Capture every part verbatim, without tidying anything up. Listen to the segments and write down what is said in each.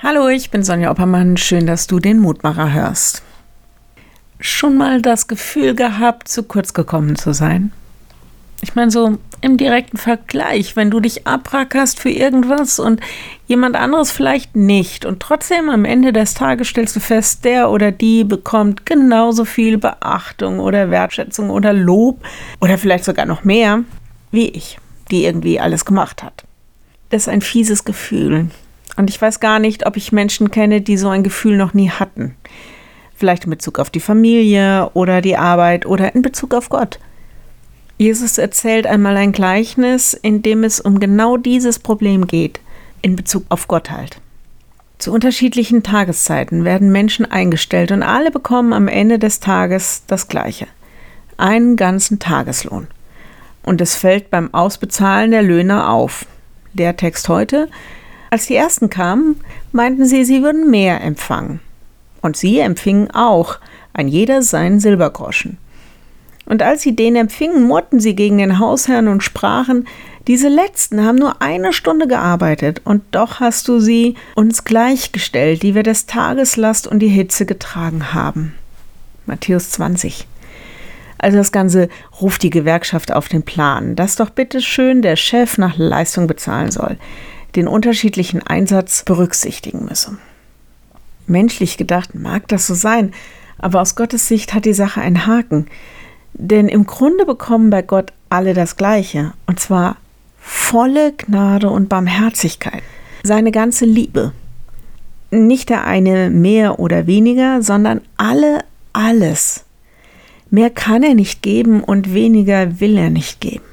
Hallo, ich bin Sonja Oppermann. Schön, dass du den Mutmacher hörst. Schon mal das Gefühl gehabt, zu kurz gekommen zu sein? Ich meine so im direkten Vergleich, wenn du dich abrackerst für irgendwas und jemand anderes vielleicht nicht. Und trotzdem am Ende des Tages stellst du fest, der oder die bekommt genauso viel Beachtung oder Wertschätzung oder Lob oder vielleicht sogar noch mehr wie ich, die irgendwie alles gemacht hat. Das ist ein fieses Gefühl. Und ich weiß gar nicht, ob ich Menschen kenne, die so ein Gefühl noch nie hatten. Vielleicht in Bezug auf die Familie oder die Arbeit oder in Bezug auf Gott. Jesus erzählt einmal ein Gleichnis, in dem es um genau dieses Problem geht, in Bezug auf Gott halt. Zu unterschiedlichen Tageszeiten werden Menschen eingestellt und alle bekommen am Ende des Tages das Gleiche. Einen ganzen Tageslohn. Und es fällt beim Ausbezahlen der Löhne auf. Der Text heute: Als die Ersten kamen, meinten sie, sie würden mehr empfangen. Und sie empfingen auch, ein jeder seinen Silbergroschen. Und als sie den empfingen, murrten sie gegen den Hausherrn und sprachen: Diese Letzten haben nur eine Stunde gearbeitet, und doch hast du sie uns gleichgestellt, die wir des Tages Last und die Hitze getragen haben. Matthäus zwanzig. Also das Ganze ruft die Gewerkschaft auf den Plan, dass doch bitte schön der Chef nach Leistung bezahlen soll, den unterschiedlichen Einsatz berücksichtigen müsse. Menschlich gedacht mag das so sein, aber aus Gottes Sicht hat die Sache einen Haken. Denn im Grunde bekommen bei Gott alle das Gleiche, und zwar volle Gnade und Barmherzigkeit, seine ganze Liebe. Nicht der eine mehr oder weniger, sondern alle alles. Mehr kann er nicht geben und weniger will er nicht geben.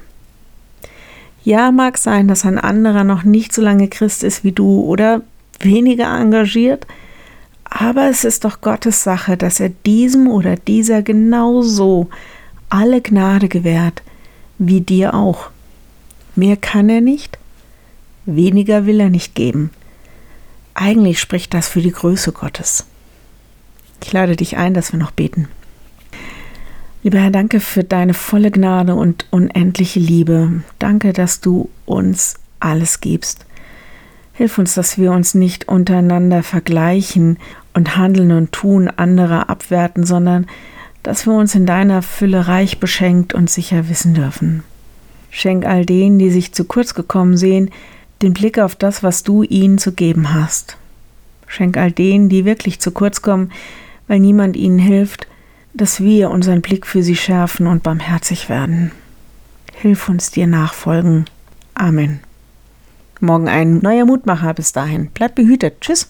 Ja, mag sein, dass ein anderer noch nicht so lange Christ ist wie du oder weniger engagiert, aber es ist doch Gottes Sache, dass er diesem oder dieser genauso alle Gnade gewährt, wie dir auch. Mehr kann er nicht, weniger will er nicht geben. Eigentlich spricht das für die Größe Gottes. Ich lade dich ein, dass wir noch beten. Lieber Herr, danke für deine volle Gnade und unendliche Liebe. Danke, dass du uns alles gibst. Hilf uns, dass wir uns nicht untereinander vergleichen und Handeln und Tun anderer abwerten, sondern dass wir uns in deiner Fülle reich beschenkt und sicher wissen dürfen. Schenk all denen, die sich zu kurz gekommen sehen, den Blick auf das, was du ihnen zu geben hast. Schenk all denen, die wirklich zu kurz kommen, weil niemand ihnen hilft, dass wir unseren Blick für sie schärfen und barmherzig werden. Hilf uns dir nachfolgen. Amen. Morgen ein neuer Mutmacher. Bis dahin. Bleib behütet. Tschüss.